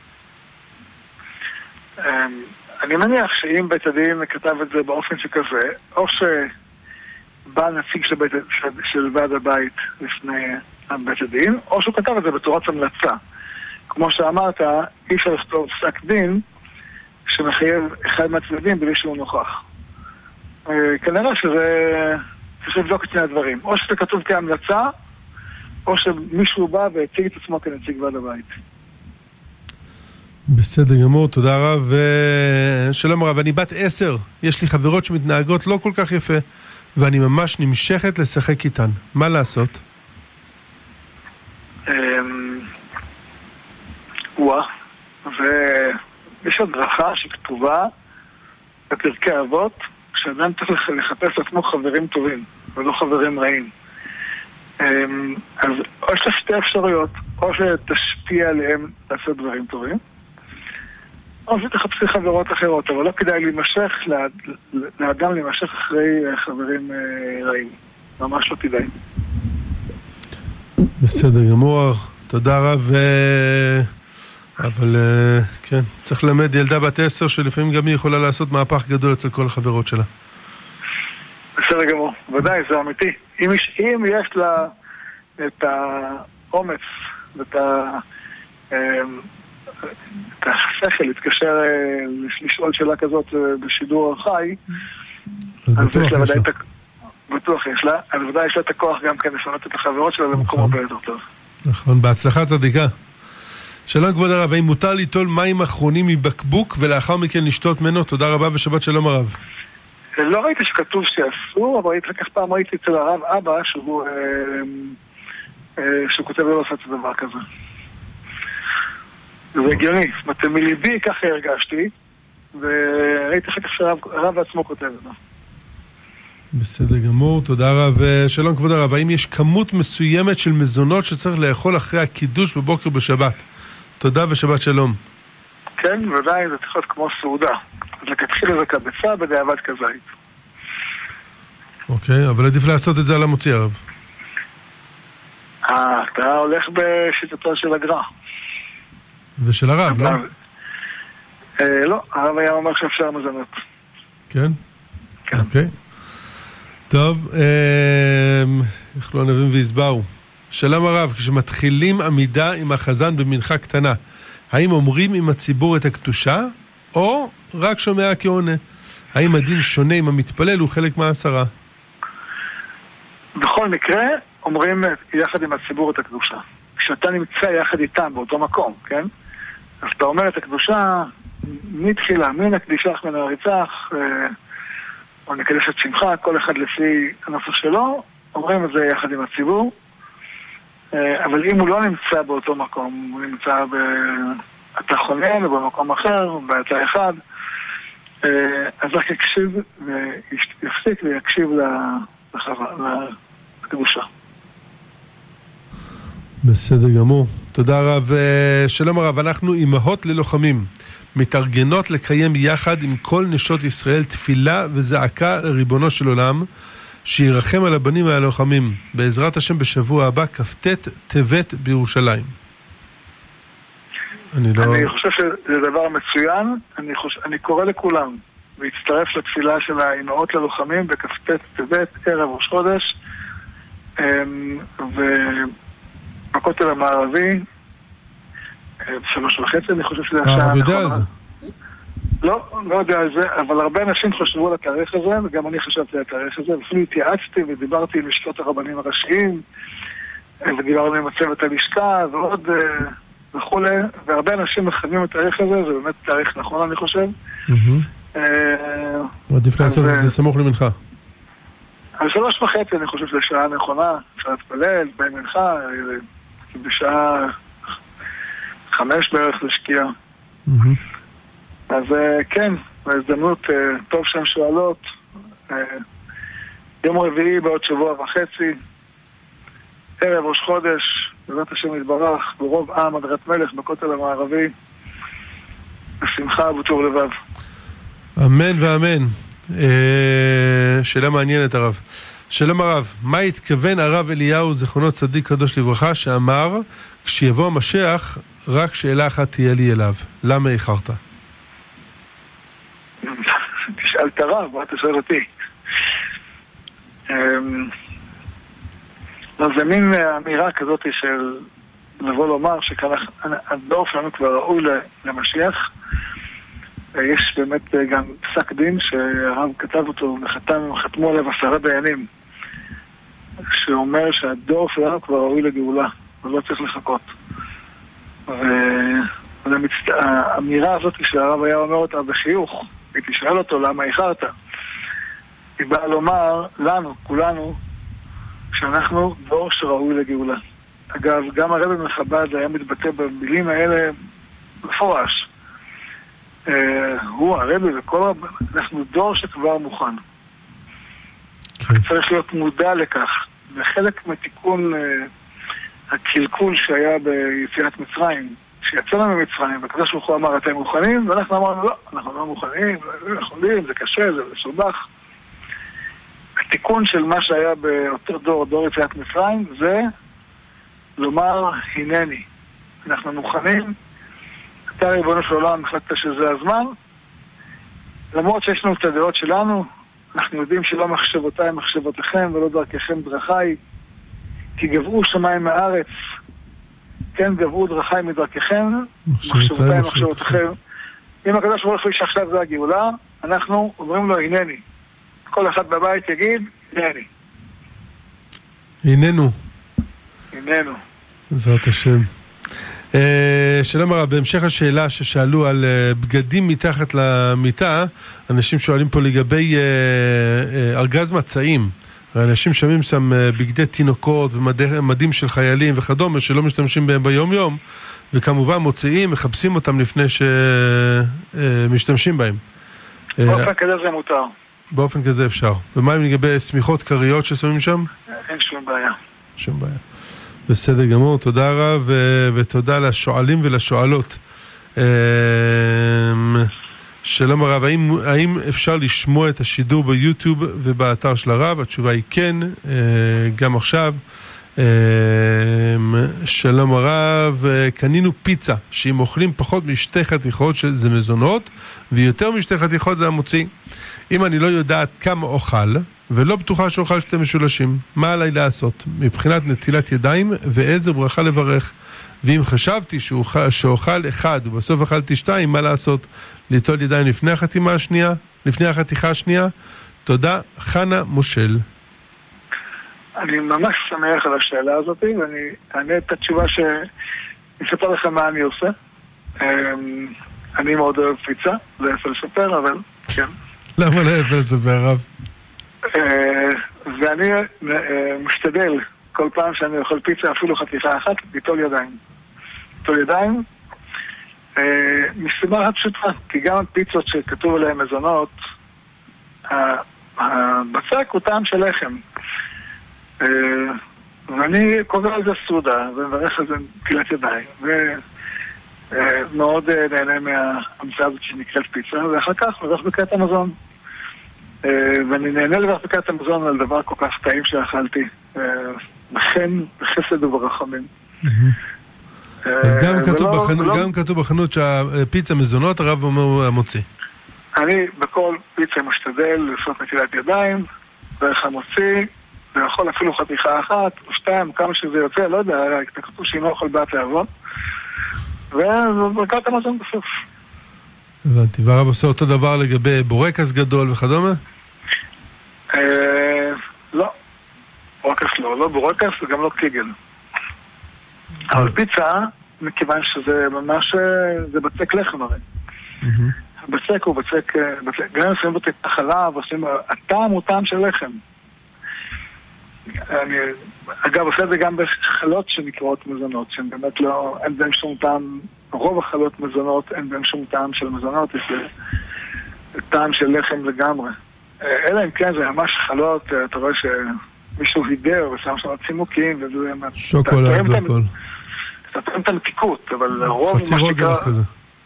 אני מניח שאם בית הדין כתב את זה באופן שכזה, או שבא נציג של ועד הבית לפני בית הדין, או שהוא כתב את זה בתורת המלצה. כמו שאמרת, אי אפשר לכתוב פסק דין שמחייב אחד מהצדדים בלי שהוא נוכח. כנראה שזה צריך לבדוק את שני הדברים. או שזה כתוב כהמלצה, או שמישהו בא והציג את עצמו כנציג ועד הבית. בסדר גמור, תודה רב. שלום רב, אני בת 10. יש לי חברות שמתנהגות לא כל כך יפה, ואני ממש נמשכת לשחק איתן. מה לעשות? ויש הדרכה שכתובה בפרקי אבות, שאדם צריך לחפש לעצמו חברים טובים ולא חברים רעים. אז או יש לה שתי אפשרויות, או שתשפיע עליהם לעשות דברים טובים, או שתחפשי חברות אחרות, אבל לא כדאי להימשך, לאדם להימשך אחרי חברים רעים. ממש לא כדאי. בסדר גמור, תודה רב, אבל כן, צריך ללמד ילדה בת 10 שלפעמים גם היא יכולה לעשות מהפך גדול אצל כל החברות שלה. בסדר גמור, ודאי, זה אמיתי. אם יש לה את האומץ ואת השכל להתקשר לשאול שאלה כזאת בשידור חי, אז בטוח יש לה. בטוח יש לה, אז ודאי יש לה את הכוח גם כן לשנות את החברות שלה למקום הרבה יותר טוב. נכון, בהצלחה צדיקה. שלום כבוד הרב, האם מותר ליטול מים אחרונים מבקבוק ולאחר מכן לשתות ממנו? תודה רבה ושבת שלום הרב. לא ראיתי שכתוב שאסור, אבל כך פעם ראיתי אצל הרב אבא שהוא כותב לא לעשות את דבר כזה. זה הגיוני, זאת אומרת, מליבי ככה הרגשתי, וראיתי אחר כך שהרב עצמו כותב את זה. בסדר גמור, תודה רב. שלום כבוד הרב, האם יש כמות מסוימת של מזונות שצריך לאכול אחרי הקידוש בבוקר בשבת? תודה ושבת שלום. כן, ודאי, זה צריך להיות כמו סעודה. אז לכתחיל לזה כבצע בדיעבד כזית. אוקיי, אבל עדיף לעשות את זה על המוציא הרב. אתה הולך בשיטתו של הגר"א. ושל הרב, לא? לא, הרב היה אומר שאפשר מזונות. כן? כן. אוקיי. טוב, יכלו הנביאים והסברו. שלום הרב, כשמתחילים עמידה עם החזן במנחה קטנה, האם אומרים עם הציבור את הקדושה, או רק שומע כעונה? האם הדין שונה אם המתפלל הוא חלק מהעשרה? בכל מקרה, אומרים יחד עם הציבור את הקדושה. כשאתה נמצא יחד איתם באותו מקום, כן? אז אתה אומר את הקדושה מתחילה, מן הקדישך מן הריצח, או נקדש את שמחה, כל אחד לפי הנוסח שלו, אומרים את זה יחד עם הציבור. אבל אם הוא לא נמצא באותו מקום, הוא נמצא אתה חונן או במקום אחר, בעצה אחד, אז רק יקשיב ויפסיק ויקשיב לקדושה. בסדר גמור. תודה רב. שלום הרב, אנחנו אימהות ללוחמים, מתארגנות לקיים יחד עם כל נשות ישראל תפילה וזעקה לריבונו של עולם, שירחם על הבנים והלוחמים, בעזרת השם בשבוע הבא, כ"ט טבת בירושלים. אני חושב שזה דבר מצוין, אני קורא לכולם להצטרף לתפילה של האימהות ללוחמים בכ"ט טבת, ערב ראש חודש, ובכותל המערבי, 3:30, אני חושב שזה השעה הנכונה. לא יודע על זה, אבל הרבה אנשים חשבו על התאריך הזה, וגם אני חשבתי על התאריך הזה, ואפילו התייעצתי ודיברתי עם לשכות הרבנים הראשיים, ודיברנו עם הצוות הלשכה, ועוד וכו', והרבה אנשים מכוונים את התאריך הזה, זה באמת תאריך נכון, אני חושב. עדיף לעשות את זה סמוך למנחה. על 3:30 אני חושב שזה שעה נכונה, אפשר להתפלל, בין מנחה, בשעה 5 בערך לשקיעה. אז כן, בהזדמנות טוב שהן שואלות, יום רביעי בעוד שבוע וחצי, ערב ראש חודש, בעזרת השם יתברך, ברוב עם הדרת מלך בכותל המערבי, בשמחה ובטוב לבב. אמן ואמן. שאלה מעניינת הרב. שלום הרב, מה התכוון הרב אליהו זכרונו צדיק קדוש לברכה שאמר, כשיבוא המשיח רק שאלה אחת תהיה לי אליו, למה איחרת? תשאל את הרב, מה אתה שואל אותי? זה מין אמירה כזאת של לבוא לומר שהדור שלנו כבר ראוי למשיח. יש באמת גם פסק דין שהרב כתב אותו וחתמו עליו 10 דיינים, שאומר שהדור שלנו כבר ראוי לגאולה ולא צריך לחכות. והאמירה הזאת שהרב היה אומר אותה בחיוך, הייתי שואל אותו למה איחרת, היא באה לומר לנו, כולנו, שאנחנו דור שראוי לגאולה. אגב, גם הרב מחב"ד היה מתבטא במילים האלה מפורש. הוא הרב וכל רב, אנחנו דור שכבר מוכן. צריך להיות מודע לכך וחלק מתיקון הקלקול שהיה ביציאת מצרים, שיצאנו ממצרים, והקדוש ברוך הוא אמר, אתם מוכנים? ואנחנו אמרנו, לא, אנחנו לא מוכנים, אנחנו יודעים, זה קשה, זה מסובך. התיקון של מה שהיה באותו דור יציאת מצרים, זה לומר, הנני. אנחנו מוכנים, אתה ריבונו של עולם, החלטת שזה הזמן, למרות שיש לנו את הדעות שלנו, אנחנו יודעים שלא מחשבותיי מחשבותיכם ולא דרככם דרכיי, כי גברו שמיים מארץ, כן גברו דרכיי מדרככם, מחשבותיי מחשבותיכם. אם הקדוש ברוך הוא שעכשיו זה הגאולה, אנחנו אומרים לו הנני. כל אחד בבית יגיד הנני. הננו. הננו. בעזרת השם. שלום הרב, בהמשך השאלה ששאלו על בגדים מתחת למיטה, אנשים שואלים פה לגבי ארגז מצעים. אנשים שמים שם בגדי תינוקות ומדים של חיילים וכדומה שלא משתמשים בהם ביום יום, וכמובן מוציאים, מחפשים אותם לפני שמשתמשים בהם. באופן כזה זה מותר. באופן כזה אפשר. ומה אם לגבי סמיכות קריות ששמים שם? אין שום בעיה. שום בעיה. בסדר גמור, תודה רב, ותודה לשואלים ולשואלות. שלום הרב, האם אפשר לשמוע את השידור ביוטיוב ובאתר של הרב? התשובה היא כן, גם עכשיו. שלום הרב, קנינו פיצה, שאם אוכלים פחות משתי חתיכות זה מזונות, ויותר משתי חתיכות זה המוציא. אם אני לא יודעת כמה אוכל, ולא בטוחה שאוכל שתי משולשים, מה עליי לעשות? מבחינת נטילת ידיים, ואיזה ברכה לברך. ואם חשבתי שאוכל אחד, ובסוף אכלתי שתיים, מה לעשות? ליטול ידיים לפני החתיכה השנייה? לפני החתיכה השנייה? תודה, חנה מושל. אני ממש שמח על השאלה הזאת, ואני אענה את התשובה אספר לכם מה אני עושה. אני מאוד אוהב פיצה, זה יפה לספר, אבל כן. למה לא יפה לספר, רב? ואני משתדל כל פעם שאני אוכל פיצה, אפילו חתיכה אחת, ליטול ידיים. ליטול ידיים, מסיבה פשוטה, כי גם הפיצות שכתוב עליהן מזונות, הבצק הוא טעם של לחם. ואני קורא על זה סעודה, ומברך על זה נטילת ידיים, ומאוד נהנה מההמצאה הזאת שנקראת פיצה, ואחר כך מברך ברכת המזון. ואני נהנה לברך ברכת המזון על דבר כל כך טעים שאכלתי, בכן, בחסד וברחמים. אז גם כתוב בחנות שהפיצה מזונות, הרב אומר המוציא. אני בכל פיצה משתדל לעשות נטילת ידיים, דרך המוציא, ויכול אפילו חתיכה אחת או שתיים, כמה שזה יוצא, לא יודע, כתוב שאם לא אוכל בעת לעבוד, וברכת המזון בסוף. הבנתי, והרב עושה אותו דבר לגבי בורקס גדול וכדומה? לא, בורקס לא בורקס וגם לא קיגל. אבל פיצה, מכיוון שזה ממש, זה בצק לחם הרי. בצק הוא בצק, גם עושים בו את החלב, הטעם הוא טעם של לחם. אני, אגב, עושה את זה גם בחלות שנקראות מזונות, שהן באמת לא, אין בהם שום טעם, רוב החלות מזונות, אין בהם שום טעם של מזונות, יש טעם של לחם לגמרי. אלא אם כן, זה ממש חלות, אתה רואה שמישהו הידר ושם שם צימוקים, וזה... שוקולד והכל. אתה תראה את המתיקות, אבל רוב... חצי רוגלח כזה.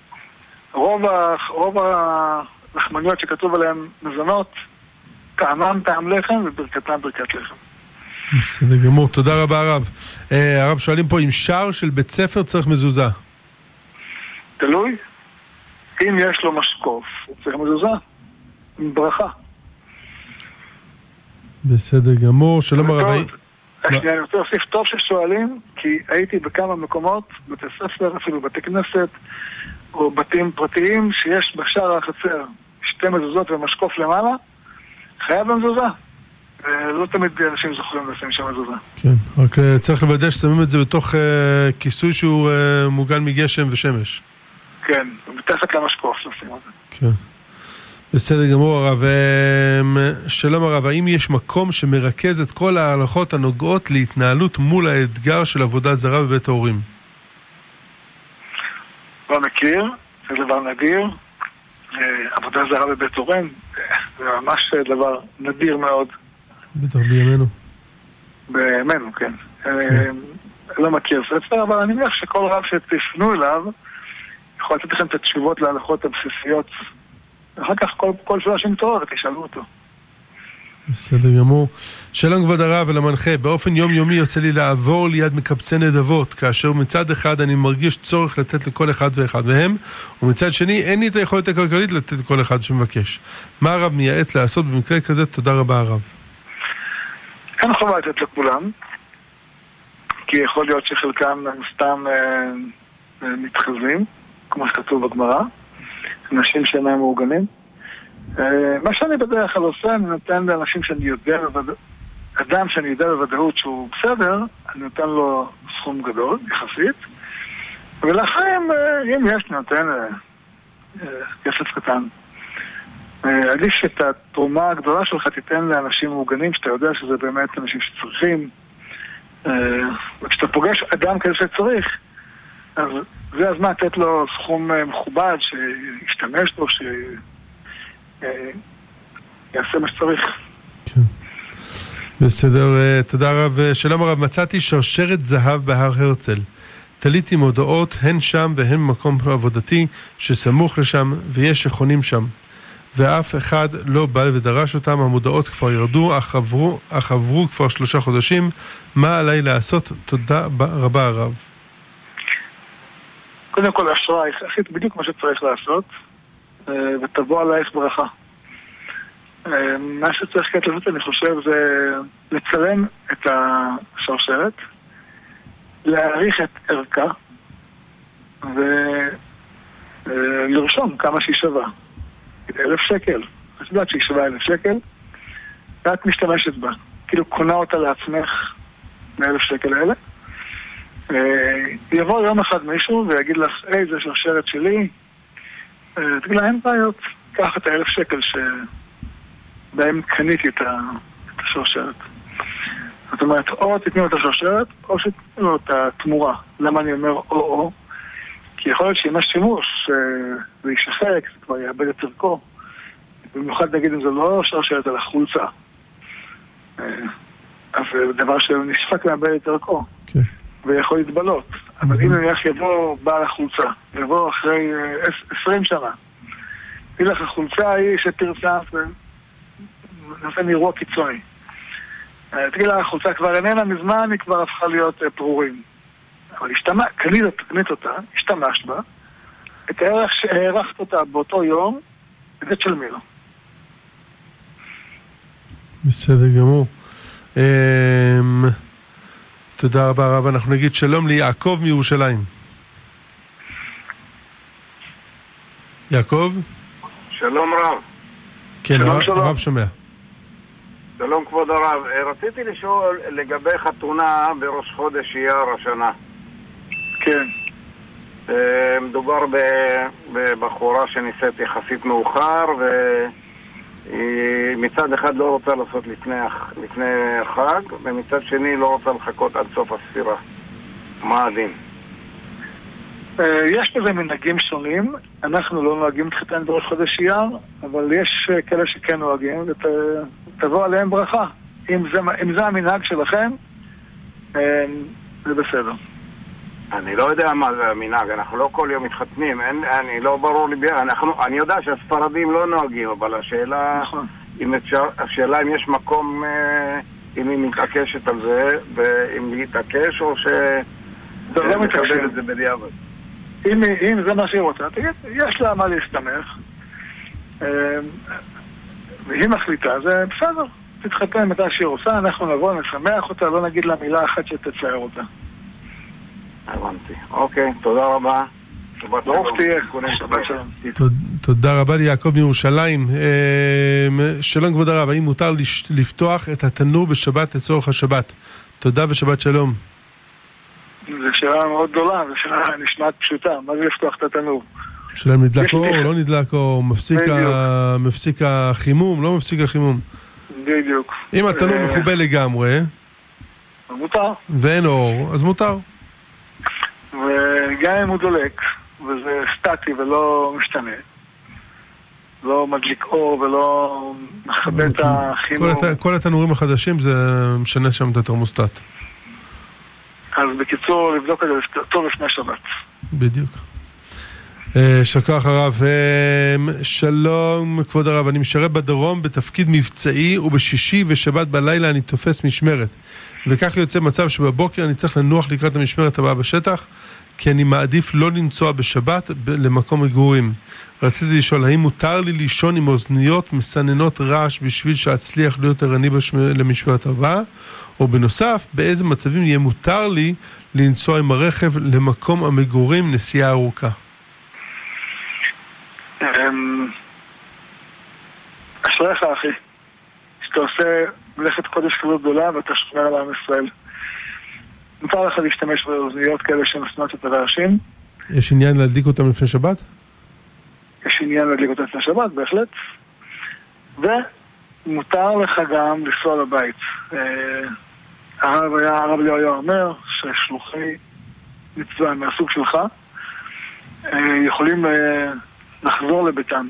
רוב הלחמניות שכתוב עליהן מזונות, טעמם טעם לחם וברכתם ברכת לחם. בסדר גמור, תודה רבה הרב. הרב שואלים פה אם שער של בית ספר צריך מזוזה. תלוי. אם יש לו משקוף, הוא צריך מזוזה. עם ברכה. בסדר גמור, שלום הרב. אני רוצה להוסיף טוב ששואלים, כי הייתי בכמה מקומות, בתי ספר, אפילו בתי כנסת, או בתים פרטיים, שיש בשער החצר שתי מזוזות ומשקוף למעלה, חייב במזוזה. לא תמיד אנשים זוכרים לשים שם מזוזה. כן, רק צריך לוודא ששמים את זה בתוך כיסוי שהוא מוגן מגשם ושמש. כן, מתחת למשקוף לשים את זה. כן. בסדר גמור הרב. שלום הרב, האם יש מקום שמרכז את כל ההלכות הנוגעות להתנהלות מול האתגר של עבודה זרה בבית ההורים? לא מכיר, זה דבר נדיר. עבודה זרה בבית הורים זה ממש דבר נדיר מאוד. בטח בימינו. בימינו, כן. לא מכיר ספר, אבל אני מניח שכל רב שתפנו אליו יכול לתת לכם את התשובות להלכות הבסיסיות. אחר כך כל שאלה שמתעורר, תשאלו אותו. בסדר גמור. שלום כבוד הרב ולמנחה, באופן יומיומי יוצא לי לעבור ליד מקבצי נדבות, כאשר מצד אחד אני מרגיש צורך לתת לכל אחד ואחד מהם, ומצד שני אין לי את היכולת הכלכלית לתת לכל אחד שמבקש. מה הרב מייעץ לעשות במקרה כזה? תודה רבה הרב. אין חובה לתת לכולם, כי יכול להיות שחלקם הם סתם מתחזים, כמו שכתוב בגמרא, אנשים שאינם מאורגנים. מה שאני בדרך כלל עושה, אני נותן לאנשים שאני יודע אדם שאני יודע בוודאות שהוא בסדר, אני נותן לו סכום גדול, יחסית, ולאחרים, אם יש, אני נותן כסף קטן. עדיף שאת התרומה הגדולה שלך תיתן לאנשים מאורגנים, שאתה יודע שזה באמת אנשים שצריכים, וכשאתה פוגש אדם כזה שצריך, אז זה הזמן לתת לו סכום מכובד, שישתמש לו, יעשה מה שצריך. כן. בסדר, תודה רב. שלום הרב, מצאתי שרשרת זהב בהר הרצל. תליתי מודעות הן שם והן במקום עבודתי שסמוך לשם, ויש שחונים שם. ואף אחד לא בא ודרש אותם, המודעות כבר ירדו, אך עברו כבר 3 חודשים. מה עליי לעשות? תודה רבה הרב. קודם כל, אשרייך, עשית בדיוק מה שצריך לעשות, ותבוא עלייך ברכה. מה שצריך כעת לעשות, אני חושב, זה לצלם את השרשרת, להעריך את ערכה, ולרשום כמה שהיא שווה. 1,000 שקל. את יודעת שהיא שווה 1,000 שקל, ואת משתמשת בה. כאילו קונה אותה לעצמך 1,000 שקל האלה. יבוא יום אחד מישהו ויגיד לך, זה שרשרת שלי, תגיד לה, אין בעיות, קח את 1,000 שקל שבהם קניתי את השרשרת. זאת אומרת, או תתנו את השרשרת, או שתתנו את התמורה. למה אני אומר או? כי יכול להיות שאם יש שימוש, זה יישחק, זה כבר יאבד את ערכו. במיוחד נגיד אם זה לא שרשרת, אלא חולצה. אז זה דבר שנשחק מאבד את ערכו. כן. ויכול להתבלות. אבל אם נניח יבוא בעל החולצה, יבוא אחרי 20 שנה, תגיד לך, החולצה היא שפרסמת ונעשה מאירוע קיצוני. תגיד לך, החולצה כבר איננה מזמן, היא כבר הפכה להיות פרורים. אבל קנית אותה, השתמשת בה, את הערך שהערכת אותה באותו יום, זה תשלמי לו. בסדר גמור. תודה רבה רב. אנחנו נגיד שלום ליעקב מירושלים. יעקב? שלום רב. כן, הרב שומע. שלום כבוד הרב. רציתי לשאול לגבי חתונה בראש חודש אייר השנה. כן. מדובר בבחורה שנישאת יחסית מאוחר, והיא מצד אחד לא רוצה לעשות לפני החג, ומצד שני לא רוצה לחכות עד סוף הספירה. מה הדין? יש בזה מנהגים שונים. אנחנו לא נוהגים להתחתן בראש חודש אייר, אבל יש כאלה שכן נוהגים, ותבוא עליהם ברכה. אם זה המנהג שלכם, זה בסדר. אני לא יודע מה זה המנהג, אנחנו לא כל יום מתחתנים, אני לא ברור לי, אני יודע שהספרדים לא נוהגים, אבל השאלה אם יש מקום, אם היא מתעקשת על זה, ואם להתעקש או לא מקבל את זה בדיעבד. אם זה מה שהיא רוצה, תגיד, יש לה מה להסתמך, והיא מחליטה, זה בסדר, תתחתן מתי שהיא רוצה, אנחנו נבוא, נשמח אותה, לא נגיד לה מילה אחת שתצייר אותה. הבנתי. אוקיי, תודה רבה. ברוך תהיה. תודה רבה ליעקב מירושלים. שלום כבוד הרב, האם מותר לפתוח את התנור בשבת לצורך השבת? תודה ושבת שלום. זו שאלה מאוד גדולה, זו שאלה נשמעת פשוטה. מה זה לפתוח את התנור? שאלה אם נדלק אור או לא נדלק אור, מפסיק החימום, לא מפסיק החימום. בדיוק. אם התנור מחובל לגמרי, מותר. ואין אור, אז מותר. וגם אם הוא דולק, וזה סטטי ולא משתנה, לא מדליק אור ולא מכבה את החימום. כל התנורים החדשים זה משנה שם את התרמוסטט. אז בקיצור, לבדוק את זה טוב לפני שבת. בדיוק. שכח הרב. שלום כבוד הרב, אני משרת בדרום בתפקיד מבצעי, ובשישי ושבת בלילה אני תופס משמרת, וכך יוצא מצב שבבוקר אני צריך לנוח לקראת המשמרת הבאה בשטח, כי אני מעדיף לא לנסוע בשבת למקום מגורים. רציתי לשאול, האם מותר לי לישון עם אוזניות מסננות רעש בשביל שאצליח להיות ערני למשמרת הבאה, או בנוסף, באיזה מצבים יהיה מותר לי לנסוע עם הרכב למקום המגורים נסיעה ארוכה? אשריך אחי, שאתה עושה מלאכת קודש כזאת גדולה ואתה שומר על עם ישראל. מותר לך להשתמש באוזניות כאלה שמסנות את הרעשים. יש עניין להדליק אותם לפני שבת? יש עניין להדליק אותם לפני שבת, בהחלט. ומותר לך גם לנסוע לבית. הרב היה אומר ששלוחי מצווה מהסוג שלך יכולים לחזור לביתם,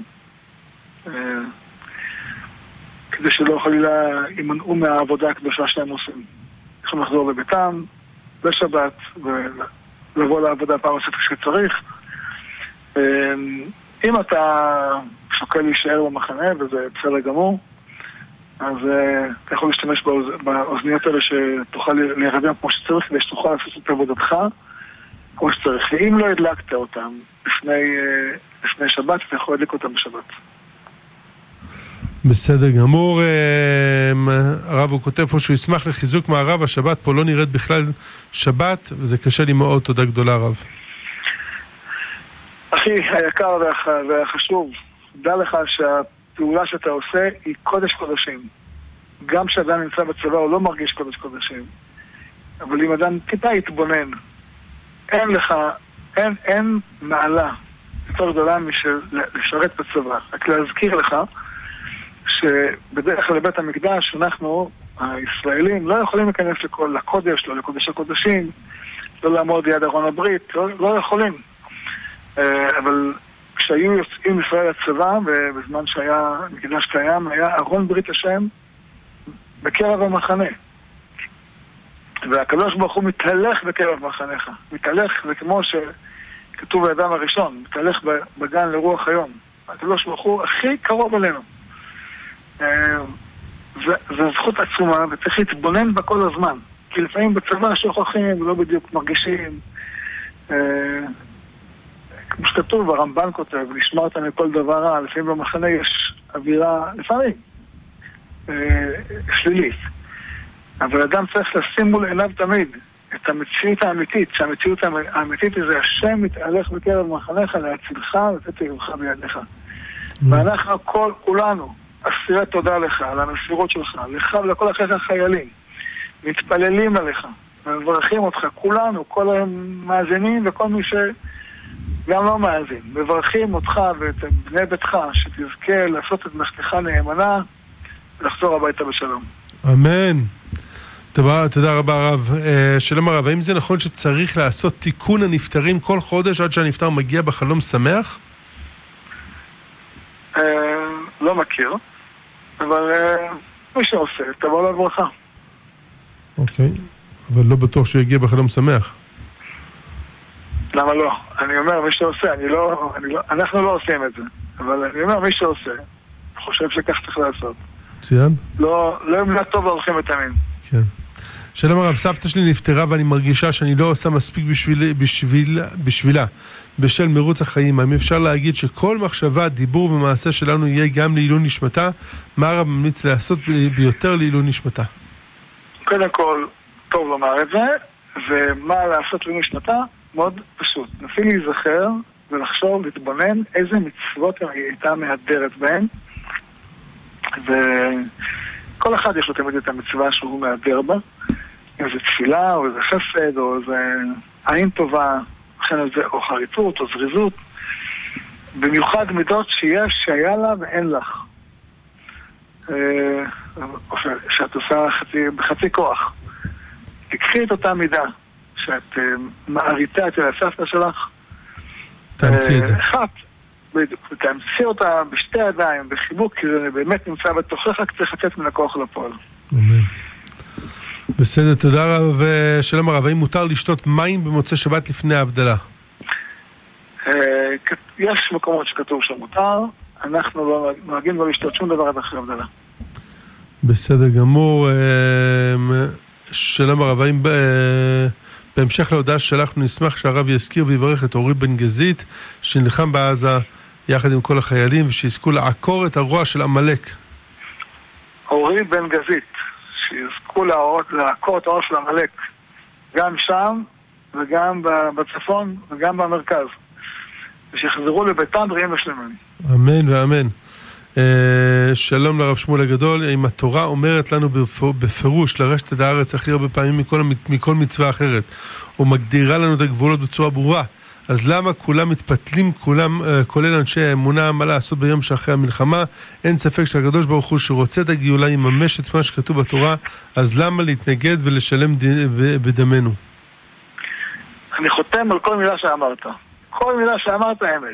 כדי שלא חלילה יימנעו מהעבודה הקדושה שהם עושים. יכולים לחזור לביתם בשבת ולבוא לעבודה פעם נוספת כשצריך. אם אתה שוקל להישאר במחנה, וזה בסדר גמור, אז אתה יכול להשתמש באוזניות האלה שתוכל להירדם כמו שצריך, כדי שתוכל לעשות את עבודתך כמו שצריך. ואם לא הדלקת אותם לפני שבת, אתה יכול להדליק אותם בשבת. בסדר גמור. הרב הוא כותב פה שהוא ישמח לחיזוק מהרב, השבת פה לא נראית בכלל שבת, וזה קשה לי מאוד. תודה גדולה הרב. אחי היקר והחשוב, דע לך שהפעולה שאתה עושה היא קודש קודשים. גם כשאדם נמצא בצבא הוא לא מרגיש קודש קודשים, אבל אם אדם טיפה יתבונן, אין מעלה יותר גדולה משל לשרת בצבא. רק להזכיר לך שבדרך כלל לבית המקדש אנחנו הישראלים לא יכולים להיכנס לקודש, לא לקודש הקודשים, לא לעמוד ליד ארון הברית, לא יכולים. אבל כשהיו יוצאים ישראל לצבא, ובזמן שהיה מקדש קיים, היה ארון ברית השם בקרב המחנה. והקדוש ברוך הוא מתהלך בקרב מחנך. מתהלך, זה כמו שכתוב באדם הראשון, מתהלך בגן לרוח היום. הקדוש ברוך הוא הכי קרוב אלינו. זו זכות עצומה, וצריך להתבונן בה כל הזמן. כי לפעמים בצבא שוכחים ולא בדיוק מרגישים. כמו שכתוב, הרמב"ן כותב, נשמרת מכל דבר רע, לפעמים במחנה יש אווירה, לפעמים, שלילית. אבל אדם צריך לשים מול עיניו תמיד את המציאות האמיתית, שהמציאות האמיתית זה השם מתהלך בקרב מחנך להצילך ולתת יברך בידיך. ואנחנו כולנו אסירי תודה לך על המסירות שלך, לך ולכל אחיך החיילים, מתפללים עליך ומברכים אותך, כולנו, כל המאזינים וכל מי שגם לא מאזין, מברכים אותך ואת בני ביתך שתזכה לעשות את מלאכתך נאמנה ולחזור הביתה בשלום. אמן. תודה רבה הרב. שלום הרב, האם זה נכון שצריך לעשות תיקון הנפטרים כל חודש עד שהנפטר מגיע בחלום שמח? לא מכיר, אבל מי שעושה, תבוא לו ברכה. אוקיי, אבל לא בטוח שהוא יגיע בחלום שמח. למה לא? אני אומר מי שעושה, אנחנו לא עושים את זה, אבל אני אומר מי שעושה, חושב שכך צריך לעשות. ציין? לא ימנה טוב והולכים ותאמין. כן. שלום הרב, סבתא שלי נפטרה ואני מרגישה שאני לא עושה מספיק בשבילה, בשל מרוץ החיים. האם אפשר להגיד שכל מחשבה, דיבור ומעשה שלנו יהיה גם לעילוי נשמתה? מה הרב ממליץ לעשות ביותר לעילוי נשמתה? קודם כל, טוב לומר את זה, ומה לעשות לעילוי נשמתה? מאוד פשוט. נפעיל להיזכר ולחשוב, להתבונן איזה מצוות היא הייתה מהדרת בהן, וכל אחד יש לו תמיד את המצווה שהוא מהדר בה, אם זה תפילה או איזה חסד או איזה עין טובה, או חריצות או זריזות, במיוחד מידות שהיה לה ואין לך, או שאת עושה בחצי כוח. תקחי את אותה מידה שאת מעריתה אצל הסבתא שלך, תמציא את זה. ותאמצי אותה בשתי ידיים, בחיבוק, כי זה באמת נמצא בתוכך, צריך לצאת מן הכוח לפועל. אמן. בסדר, תודה רב. שלום הרב, האם מותר לשתות מים במוצאי שבת לפני ההבדלה? יש מקומות שכתוב שמותר, אנחנו לא נוהגים לא לשתות שום דבר עד אחרי ההבדלה. בסדר גמור. שלום הרב, האם בהמשך להודעה שלחנו נשמח שהרב יזכיר ויברך את אורי בן גזית שנלחם בעזה יחד עם כל החיילים ושיזכו לעקור את הרוע של עמלק. אורי בן גזית, שיזכו לעקור את הרוע של עמלק גם שם וגם בצפון וגם במרכז, ושיחזרו לביתם בריאים ושלמים. אמן ואמן. שלום לרב שמואל הגדול. אם התורה אומרת לנו בפירוש לרשת את הארץ הכי הרבה פעמים מכל מצווה אחרת, או מגדירה לנו את הגבולות בצורה ברורה, אז למה כולם מתפתלים, כולל אנשי האמונה, מה לעשות ביום שאחרי המלחמה? אין ספק שהקדוש ברוך הוא שרוצה את הגאולה יממש את מה שכתוב בתורה, אז למה להתנגד ולשלם בדמנו? אני חותם על כל מילה שאמרת. כל מילה שאמרת האמת.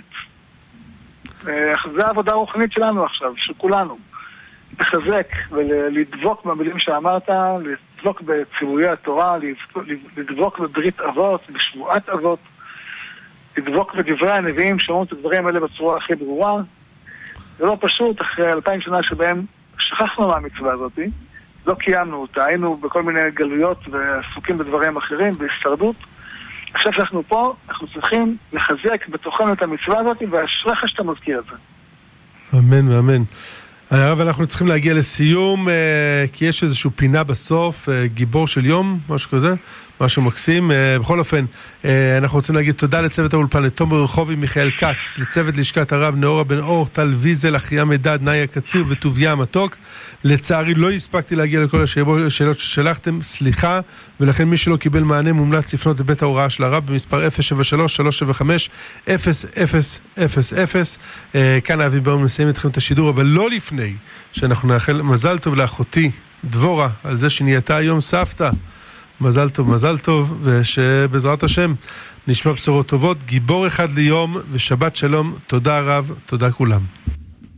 זה העבודה הרוחנית שלנו עכשיו, של כולנו. לחזק ולדבוק במילים שאמרת, לדבוק בציוויי התורה, לדבוק בברית אבות, בשבועת אבות, לדבוק בדברי הנביאים שאומרים את הדברים האלה בצורה הכי ברורה. זה לא פשוט, אחרי 2000 שנה שבהם שכחנו מהמצווה הזאת, לא קיימנו אותה, היינו בכל מיני גלויות ועסוקים בדברים אחרים, בהישרדות. עכשיו שאנחנו פה, אנחנו צריכים לחזק בתוכנו את המצווה הזאת, ואשריך שאתה מזכיר את זה. אמן ואמן. הרב, אנחנו צריכים להגיע לסיום, כי יש איזשהו פינה בסוף, גיבור של יום, משהו כזה, משהו מקסים. בכל אופן, אנחנו רוצים להגיד תודה לצוות האולפן, לתומר רחובי, מיכאל קץ, לצוות לשכת הרב, נאורה בן אור, טל ויזל, אחיה מדד, נאיה קציר וטוביה המתוק. לצערי לא הספקתי להגיע לכל השאלות ששלחתם, סליחה, ולכן מי שלא קיבל מענה מומלץ לפנות לבית ההוראה של הרב במספר 073-375-0000. כאן אבי ברם נסיים אתכם את השידור, אבל לא לפני שאנחנו נאחל מזל טוב לאחותי דבורה על זה שנהייתה היום סבתא. מזל טוב, ושבעזרת השם נשמע בשורות טובות, גיבור אחד ליום ושבת שלום. תודה רב, תודה כולם.